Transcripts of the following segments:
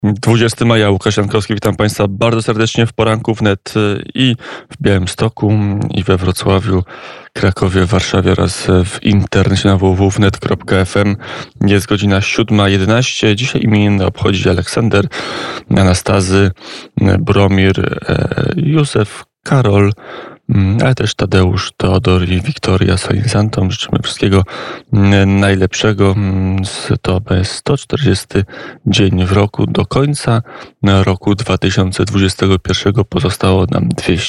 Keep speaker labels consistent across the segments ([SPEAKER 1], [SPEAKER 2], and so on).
[SPEAKER 1] 20 maja, Łukasz Jankowski, witam Państwa bardzo serdecznie w poranku wnet i w Białymstoku, i we Wrocławiu, Krakowie, Warszawie oraz w internecie na www.wnet.fm. Jest godzina 7:11. Dzisiaj imieniny obchodzi Aleksander, Anastazy, Bromir, Józef, Karol, ale też Tadeusz, Teodor i Wiktoria Solinsantom. Życzymy wszystkiego najlepszego. To jest 140 dzień w roku. Do końca roku 2021 pozostało nam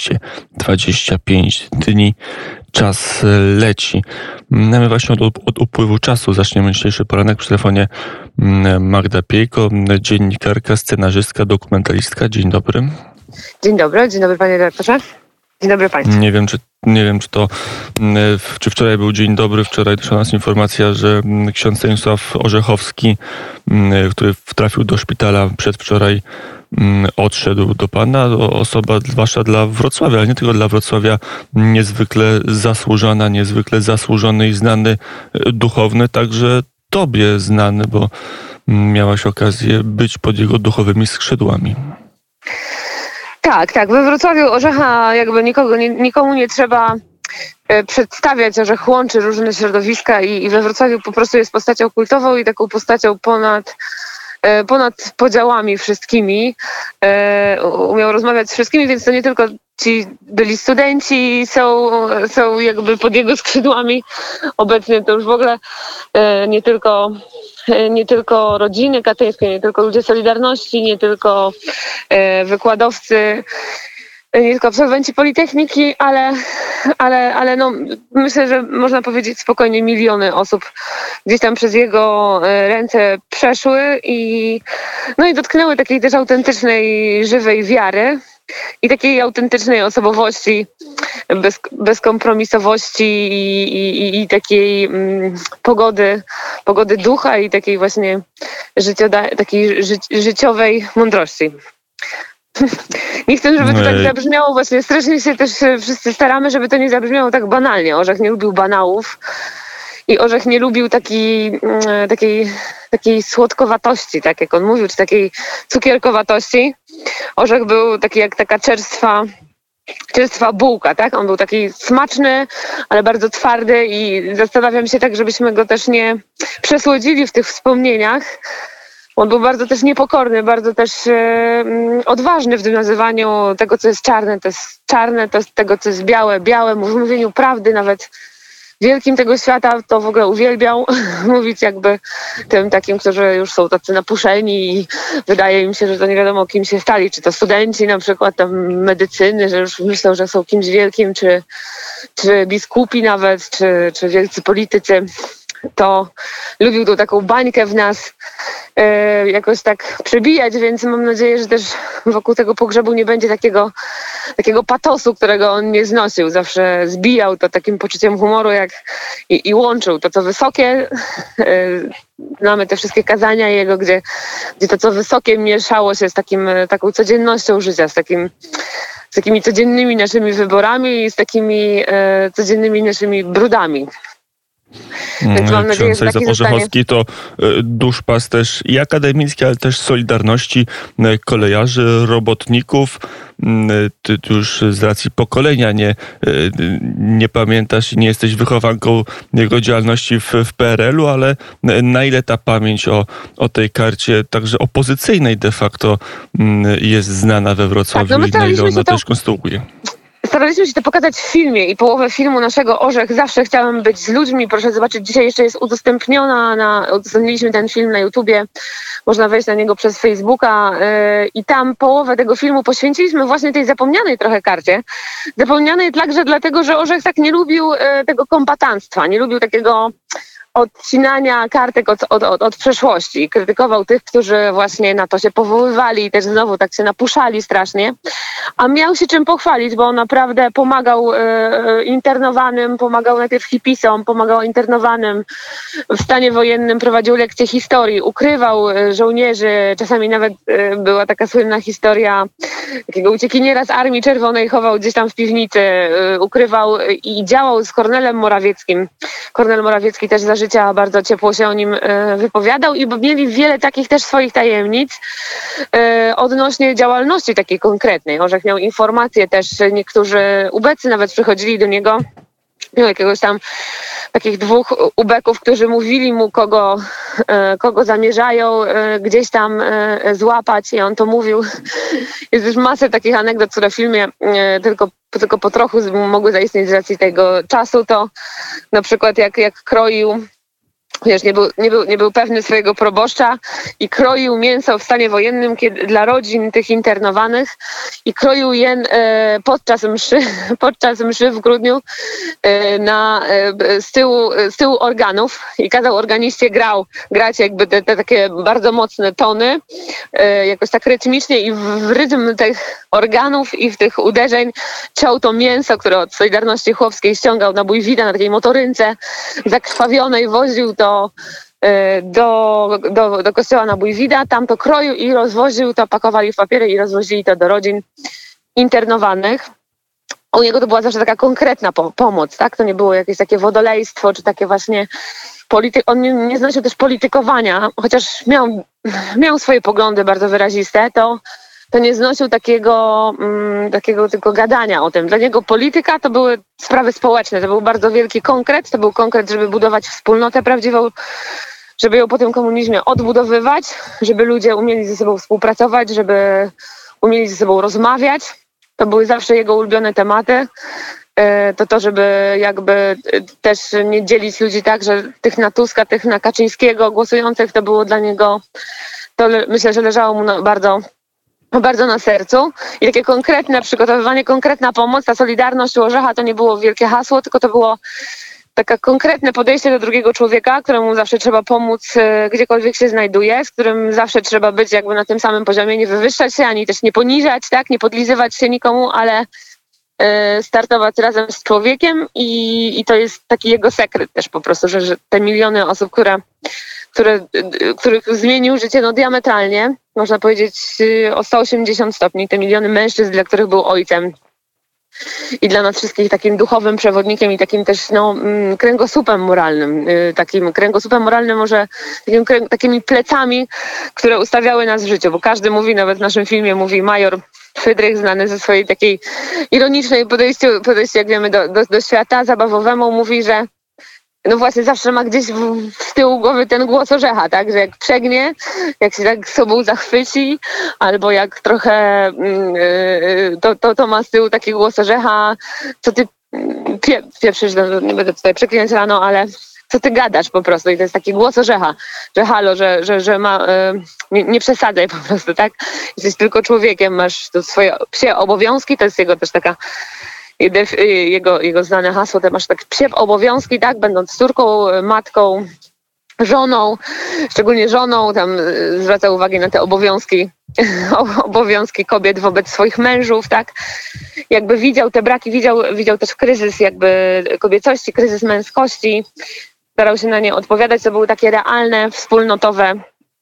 [SPEAKER 1] 225 dni. Czas leci. My właśnie od upływu czasu zaczniemy dzisiejszy poranek. Przy telefonie Magda Piejko, dziennikarka, scenarzystka, dokumentalistka. Dzień dobry.
[SPEAKER 2] Dzień dobry panie redaktorze. Dzień dobry państwu.
[SPEAKER 1] Nie wiem, czy wczoraj był dzień dobry. Wczoraj doszła nas informacja, że ksiądz Stanisław Orzechowski, który trafił do szpitala przedwczoraj, odszedł do Pana. Osoba, zwłaszcza dla Wrocławia, ale nie tylko dla Wrocławia, niezwykle zasłużona, niezwykle zasłużony i znany duchowny, także Tobie znany, bo miałaś okazję być pod jego duchowymi skrzydłami.
[SPEAKER 2] Tak. We Wrocławiu Orzecha jakby nikomu nie trzeba przedstawiać. Orzech łączy różne środowiska i we Wrocławiu po prostu jest postacią kultową i taką postacią ponad podziałami wszystkimi. Umiał rozmawiać z wszystkimi, więc to nie tylko ci byli studenci są jakby pod jego skrzydłami. Obecnie to już w ogóle nie tylko rodziny katyńskie, nie tylko ludzie Solidarności, nie tylko wykładowcy, nie tylko absolwenci Politechniki, ale no, myślę, że można powiedzieć spokojnie miliony osób gdzieś tam przez jego ręce przeszły i dotknęły takiej też autentycznej, żywej wiary i takiej autentycznej osobowości, bezkompromisowości i takiej pogody ducha i takiej właśnie życiowej mądrości. Nie chcę, żeby to tak zabrzmiało, właśnie strasznie się też wszyscy staramy, żeby to nie zabrzmiało tak banalnie. Orzech nie lubił banałów i Orzech nie lubił takiej słodkowatości, tak jak on mówił, czy takiej cukierkowatości. Orzech był taki jak taka czerstwa bułka, tak? On był taki smaczny, ale bardzo twardy i zastanawiam się tak, żebyśmy go też nie przesłodzili w tych wspomnieniach. On był bardzo też niepokorny, bardzo też odważny w tym nazywaniu tego, co jest czarne, to jest czarne, to jest tego, co jest białe, w mówieniu prawdy, nawet wielkim tego świata, to w ogóle uwielbiał mówić jakby tym takim, którzy już są tacy napuszeni i wydaje im się, że to nie wiadomo kim się stali, czy to studenci na przykład tam medycyny, że już myślą, że są kimś wielkim, czy biskupi nawet, czy wielcy politycy. To lubił tą taką bańkę w nas jakoś tak przebijać, więc mam nadzieję, że też wokół tego pogrzebu nie będzie takiego patosu, którego on nie znosił. Zawsze zbijał to takim poczuciem humoru i łączył to, co wysokie. Znamy te wszystkie kazania jego, gdzie to, co wysokie, mieszało się z taką codziennością życia, z takimi codziennymi naszymi wyborami i z takimi codziennymi naszymi brudami. Więc mam nadzieję,
[SPEAKER 1] ksiądz Stanisław Orzechowski to duszpasterz i akademicki, ale też Solidarności, kolejarzy, robotników. Ty już z racji pokolenia nie pamiętasz i nie jesteś wychowanką jego działalności w PRL-u, ale na ile ta pamięć o tej karcie, także opozycyjnej de facto, jest znana we Wrocławiu i na ile ona też konstruuje?
[SPEAKER 2] Staraliśmy się to pokazać w filmie i połowę filmu naszego Orzech zawsze chciałem być z ludźmi. Proszę zobaczyć, dzisiaj jeszcze jest udostępniliśmy ten film na YouTubie. Można wejść na niego przez Facebooka i tam połowę tego filmu poświęciliśmy właśnie tej zapomnianej trochę karcie. Zapomnianej także dlatego, że Orzech tak nie lubił tego kombatanstwa, nie lubił takiego odcinania kartek od przeszłości. Krytykował tych, którzy właśnie na to się powoływali i też znowu tak się napuszali strasznie. A miał się czym pochwalić, bo on naprawdę pomagał internowanym, pomagał najpierw hipisom, pomagał internowanym w stanie wojennym, prowadził lekcje historii, ukrywał żołnierzy. Czasami nawet była taka słynna historia takiego uciekiniera z Armii Czerwonej, chował gdzieś tam w piwnicy, ukrywał i działał z Kornelem Morawieckim. Kornel Morawiecki też za życia bardzo ciepło się o nim wypowiadał i mieli wiele takich też swoich tajemnic odnośnie działalności takiej konkretnej. Orzech miał informacje też, niektórzy ubecy nawet przychodzili do niego, miał jakiegoś tam takich 2 ubeków, którzy mówili mu, kogo zamierzają gdzieś tam złapać i on to mówił. Jest już masę takich anegdot, które w filmie tylko po trochu mogły zaistnieć z racji tego czasu. To na przykład jak kroił, wiesz, nie był pewny swojego proboszcza i kroił mięso w stanie wojennym dla rodzin tych internowanych i kroił je podczas mszy w grudniu z tyłu organów i kazał organiście grać jakby te takie bardzo mocne tony, jakoś tak rytmicznie i w rytm tych organów i w tych uderzeń ciął to mięso, które od Solidarności Chłopskiej ściągał na Bójwida na takiej motorynce zakrwawionej, woził to do kościoła na Bójwida, tam to kroił i rozwoził to, pakowali w papiery i rozwozili to do rodzin internowanych. U niego to była zawsze taka konkretna pomoc, tak? To nie było jakieś takie wodolejstwo, czy takie właśnie on nie znosił też politykowania, chociaż miał swoje poglądy bardzo wyraziste, to nie znosił takiego tylko gadania o tym. Dla niego polityka to były sprawy społeczne, to był bardzo wielki konkret, to był konkret, żeby budować wspólnotę prawdziwą, żeby ją po tym komunizmie odbudowywać, żeby ludzie umieli ze sobą współpracować, żeby umieli ze sobą rozmawiać. To były zawsze jego ulubione tematy. To żeby jakby też nie dzielić ludzi tak, że tych na Tuska, tych na Kaczyńskiego głosujących, to było dla niego, to myślę, że leżało mu bardzo na sercu i takie konkretne przygotowywanie, konkretna pomoc, ta solidarność u Orzecha to nie było wielkie hasło, tylko to było takie konkretne podejście do drugiego człowieka, któremu zawsze trzeba pomóc, gdziekolwiek się znajduje, z którym zawsze trzeba być jakby na tym samym poziomie, nie wywyższać się, ani też nie poniżać, tak, nie podlizywać się nikomu, ale startować razem z człowiekiem i to jest taki jego sekret też po prostu, że te miliony osób, których zmienił życie diametralnie, można powiedzieć o 180 stopni, te miliony mężczyzn, dla których był ojcem i dla nas wszystkich takim duchowym przewodnikiem i takim też kręgosłupem moralnym, może takimi plecami, które ustawiały nas w życiu, bo każdy mówi, nawet w naszym filmie mówi major Frydrych, znany ze swojej takiej ironicznej podejściu jak wiemy do świata zabawowemu, mówi, że no właśnie zawsze ma gdzieś z tyłu głowy ten głos Orzecha, tak, że jak przegnie, jak się tak sobą zachwyci, albo jak trochę to ma z tyłu taki głos Orzecha, co ty pieprzysz, no, nie będę tutaj przeklinać rano, ale co ty gadasz po prostu i to jest taki głos Orzecha, że halo, że ma, nie przesadzaj po prostu, tak, jesteś tylko człowiekiem, masz to swoje psie obowiązki, to jest jego też taka jego znane hasło, te masz tak psie obowiązki, tak, będąc córką, matką, żoną, szczególnie żoną, tam zwraca uwagę na te obowiązki kobiet wobec swoich mężów, tak, jakby widział te braki, widział też kryzys jakby kobiecości, kryzys męskości, starał się na nie odpowiadać, to były takie realne, wspólnotowe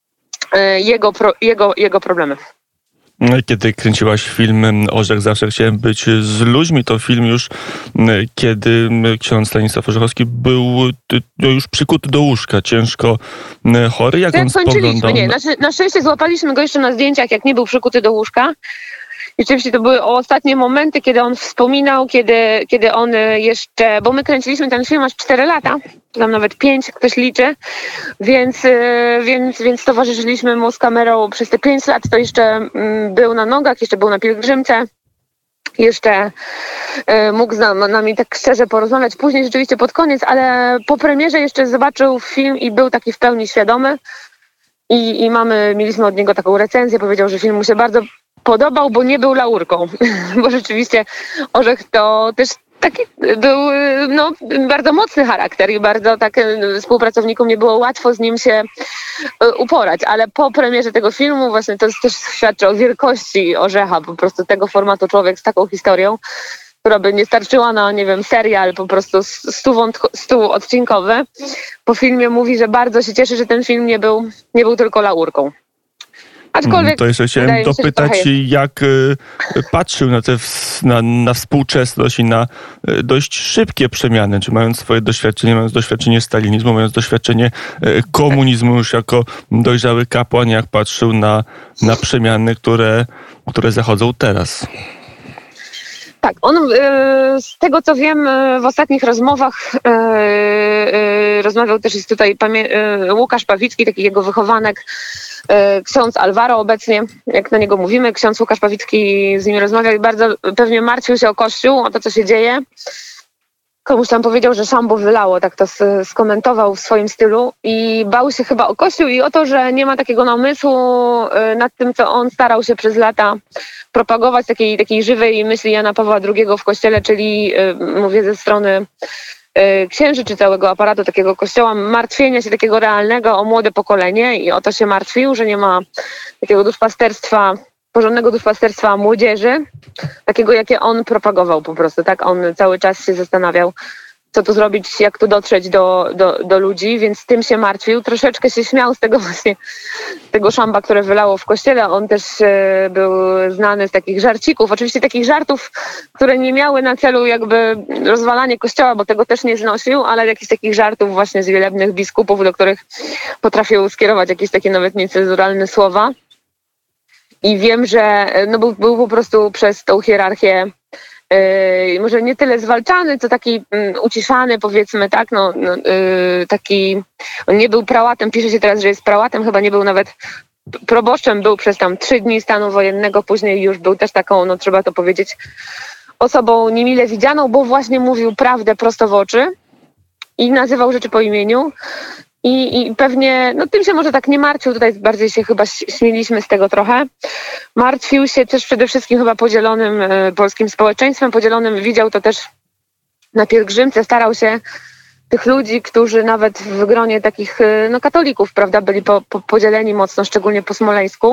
[SPEAKER 2] jego problemy.
[SPEAKER 1] Kiedy kręciłaś film Orzech, zawsze chciałem być z ludźmi, to film już, kiedy ksiądz Stanisław Orzechowski był już przykuty do łóżka, ciężko chory. Jak on spoglądał?
[SPEAKER 2] Nie, na szczęście złapaliśmy go jeszcze na zdjęciach, jak nie był przykuty do łóżka. I oczywiście to były ostatnie momenty, kiedy on wspominał, kiedy on jeszcze, bo my kręciliśmy ten film aż 4 lata, tam nawet 5, jak ktoś liczy, więc towarzyszyliśmy mu z kamerą przez te 5 lat, to jeszcze był na nogach, jeszcze był na pielgrzymce, jeszcze mógł z nami tak szczerze porozmawiać. Później rzeczywiście pod koniec, ale po premierze jeszcze zobaczył film i był taki w pełni świadomy i mieliśmy od niego taką recenzję, powiedział, że film mu się bardzo podobał, bo nie był laurką, bo rzeczywiście Orzech to też taki był bardzo mocny charakter i bardzo tak współpracownikom nie było łatwo z nim się uporać, ale po premierze tego filmu właśnie to też świadczy o wielkości Orzecha, po prostu tego formatu człowiek z taką historią, która by nie starczyła na, nie wiem, serial po prostu 100 odcinkowy. Po filmie mówi, że bardzo się cieszy, że ten film nie był tylko laurką. Aczkolwiek
[SPEAKER 1] to jeszcze chciałem dopytać, jak patrzył na współczesność i na dość szybkie przemiany. Czy mając swoje doświadczenie, mając doświadczenie stalinizmu, mając doświadczenie komunizmu już jako dojrzały kapłan, jak patrzył na przemiany, które zachodzą teraz?
[SPEAKER 2] Tak, on z tego co wiem w ostatnich rozmowach rozmawiał też jest tutaj Łukasz Pawicki, taki jego wychowanek, ksiądz Alvaro obecnie, jak na niego mówimy, ksiądz Łukasz Pawicki z nim rozmawiał i bardzo pewnie martwił się o Kościół, o to co się dzieje. Komuś tam powiedział, że szambo wylało, tak to skomentował w swoim stylu i bał się chyba o Kościół i o to, że nie ma takiego namysłu nad tym, co on starał się przez lata propagować, takiej żywej myśli Jana Pawła II w Kościele, czyli mówię ze strony księży czy całego aparatu takiego Kościoła, martwienia się takiego realnego o młode pokolenie i o to się martwił, że nie ma takiego duszpasterstwa, porządnego duszpasterstwa młodzieży, takiego jakie on propagował po prostu, tak? On cały czas się zastanawiał, co tu zrobić, jak tu dotrzeć do ludzi, więc tym się martwił. Troszeczkę się śmiał z tego właśnie, tego szamba, które wylało w Kościele. On też był znany z takich żarcików, oczywiście takich żartów, które nie miały na celu jakby rozwalanie Kościoła, bo tego też nie znosił, ale jakichś takich żartów właśnie z wielebnych biskupów, do których potrafił skierować jakieś takie nawet niecenzuralne słowa. I wiem, że był po prostu przez tą hierarchię może nie tyle zwalczany, co taki uciszany, powiedzmy, tak, taki, on nie był prałatem, pisze się teraz, że jest prałatem, chyba nie był nawet proboszczem, był przez tam 3 dni stanu wojennego, później już był też taką, trzeba to powiedzieć, osobą niemile widzianą, bo właśnie mówił prawdę prosto w oczy i nazywał rzeczy po imieniu. I pewnie, tym się może tak nie martwił, tutaj bardziej się chyba śmieliśmy z tego trochę. Martwił się też przede wszystkim chyba podzielonym polskim społeczeństwem, widział to też na pielgrzymce, starał się tych ludzi, którzy nawet w gronie takich katolików, prawda, byli podzieleni mocno, szczególnie po Smoleńsku.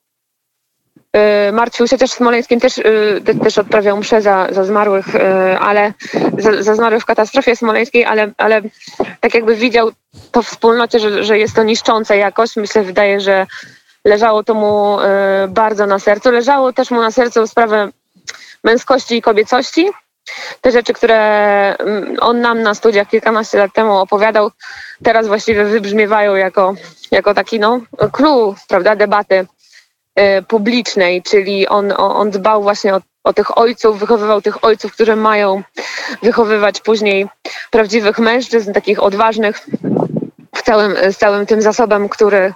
[SPEAKER 2] Martwił się też Smoleńskim, też odprawiał mszę za zmarłych, ale za zmarłych w katastrofie smoleńskiej, ale tak jakby widział to w wspólnocie, że jest to niszczące jakoś. Myślę, wydaje, że leżało to mu bardzo na sercu. Leżało też mu na sercu sprawę męskości i kobiecości. Te rzeczy, które on nam na studiach kilkanaście lat temu opowiadał, teraz właściwie wybrzmiewają jako taki clue, prawda, debaty publicznej, czyli on dbał właśnie o tych ojców, wychowywał tych ojców, którzy mają wychowywać później prawdziwych mężczyzn, takich odważnych, z całym tym zasobem,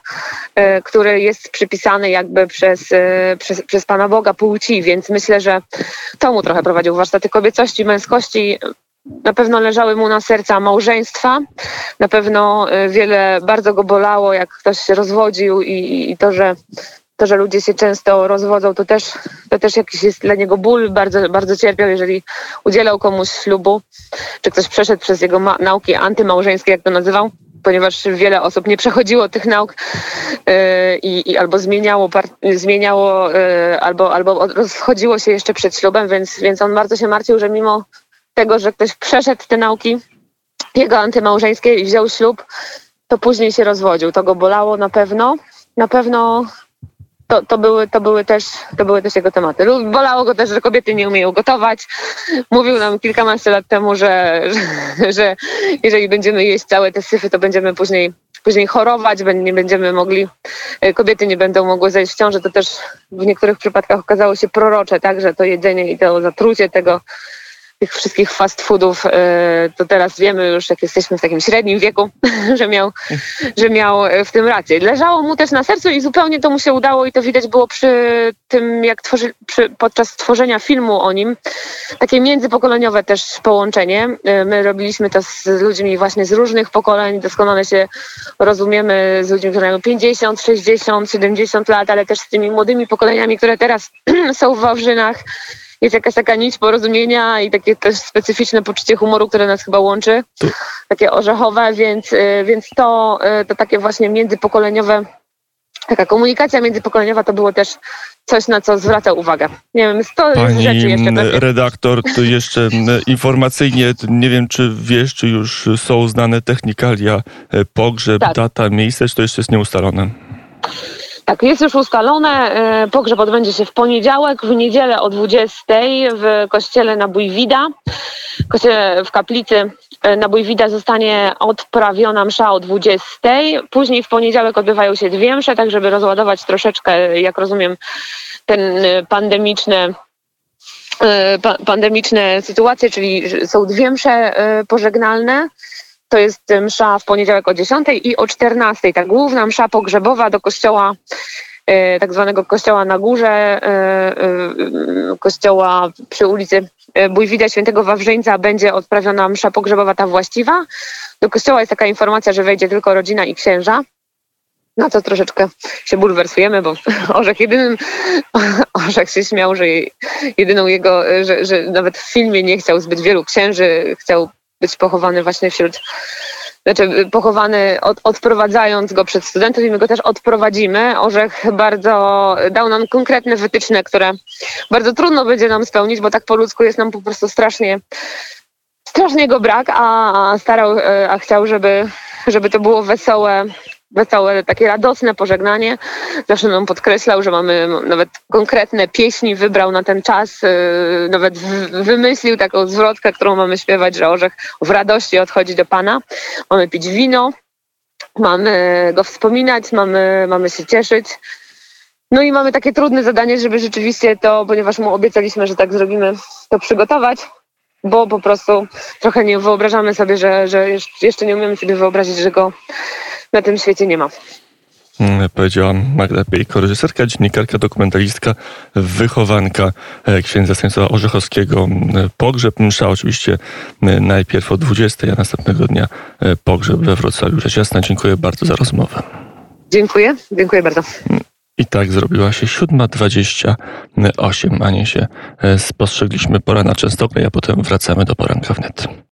[SPEAKER 2] który jest przypisany jakby przez Pana Boga płci, więc myślę, że to mu trochę prowadził warsztaty kobiecości, męskości. Na pewno leżały mu na serca małżeństwa, na pewno wiele bardzo go bolało, jak ktoś się rozwodził i to, że ludzie się często rozwodzą, to też jakiś jest dla niego ból, bardzo, bardzo cierpiał, jeżeli udzielał komuś ślubu, czy ktoś przeszedł przez jego nauki antymałżeńskie, jak to nazywał, ponieważ wiele osób nie przechodziło tych nauk i albo zmieniało albo rozchodziło się jeszcze przed ślubem, więc on bardzo się martwił, że mimo tego, że ktoś przeszedł te nauki jego antymałżeńskie i wziął ślub, to później się rozwodził. To go bolało na pewno. Na pewno to były też jego tematy. Bolało go też, że kobiety nie umieją gotować. Mówił nam kilkanaście lat temu, że jeżeli będziemy jeść całe te syfy, to będziemy później chorować, nie będziemy mogli, kobiety nie będą mogły zajść w ciążę. To też w niektórych przypadkach okazało się prorocze, tak, że to jedzenie i to zatrucie tych wszystkich fast foodów, to teraz wiemy już, jak jesteśmy w takim średnim wieku, że miał w tym rację. Leżało mu też na sercu i zupełnie to mu się udało i to widać było przy tym, jak podczas tworzenia filmu o nim, takie międzypokoleniowe też połączenie. My robiliśmy to z ludźmi właśnie z różnych pokoleń, doskonale się rozumiemy z ludźmi, którzy mają 50, 60, 70 lat, ale też z tymi młodymi pokoleniami, które teraz są w Wawrzynach. Jest jakaś taka nić porozumienia i takie też specyficzne poczucie humoru, które nas chyba łączy, takie orzechowe, więc to takie właśnie międzypokoleniowe, taka komunikacja międzypokoleniowa to było też coś, na co zwracał uwagę. Nie wiem, 100
[SPEAKER 1] Pani
[SPEAKER 2] rzeczy jeszcze pewnie.
[SPEAKER 1] Redaktor, to jeszcze informacyjnie, nie wiem, czy wiesz, czy już są znane technikalia, pogrzeb,
[SPEAKER 2] tak.
[SPEAKER 1] Data, miejsce, czy to jeszcze jest nieustalone?
[SPEAKER 2] Tak, jest już ustalone. Pogrzeb odbędzie się w poniedziałek, w niedzielę o 20:00 w kościele na Bójwida. W kaplicy na Bójwida zostanie odprawiona msza o 20:00. Później w poniedziałek odbywają się 2 msze, tak żeby rozładować troszeczkę, jak rozumiem, ten pandemiczne sytuacje, czyli są 2 msze pożegnalne. To jest msza w poniedziałek o 10:00 i o 14:00. Ta główna msza pogrzebowa do kościoła, tak zwanego kościoła na górze, kościoła przy ulicy Bójwida Świętego Wawrzyńca będzie odprawiona msza pogrzebowa, ta właściwa. Do kościoła jest taka informacja, że wejdzie tylko rodzina i księża. Na co troszeczkę się bulwersujemy, bo Orzech się śmiał, że jedyną jego, że nawet w filmie nie chciał zbyt wielu księży, chciał być pochowany właśnie pochowany odprowadzając go przed studentów i my go też odprowadzimy. Orzech bardzo dał nam konkretne wytyczne, które bardzo trudno będzie nam spełnić, bo tak po ludzku jest nam po prostu strasznie go brak, a chciał, żeby to było wesołe, takie radosne pożegnanie. Zawsze nam podkreślał, że mamy nawet konkretne pieśni, wybrał na ten czas, nawet wymyślił taką zwrotkę, którą mamy śpiewać, że Orzech w radości odchodzi do Pana. Mamy pić wino, mamy go wspominać, mamy się cieszyć. No i mamy takie trudne zadanie, żeby rzeczywiście to, ponieważ mu obiecaliśmy, że tak zrobimy, to przygotować, bo po prostu trochę nie wyobrażamy sobie, że jeszcze nie umiemy sobie wyobrazić, że go na tym świecie nie ma.
[SPEAKER 1] Powiedziała Magda Piejko, reżyserka, dziennikarka, dokumentalistka, wychowanka księdza Stanisława Orzechowskiego. Pogrzeb, msza oczywiście najpierw o 20:00, a następnego dnia pogrzeb we Wrocławiu. Rzecz jasna, dziękuję bardzo za rozmowę.
[SPEAKER 2] Dziękuję bardzo.
[SPEAKER 1] I tak zrobiła się 7:28, a nie się spostrzegliśmy. Pora na Częstochowę, a potem wracamy do Poranka Wnet.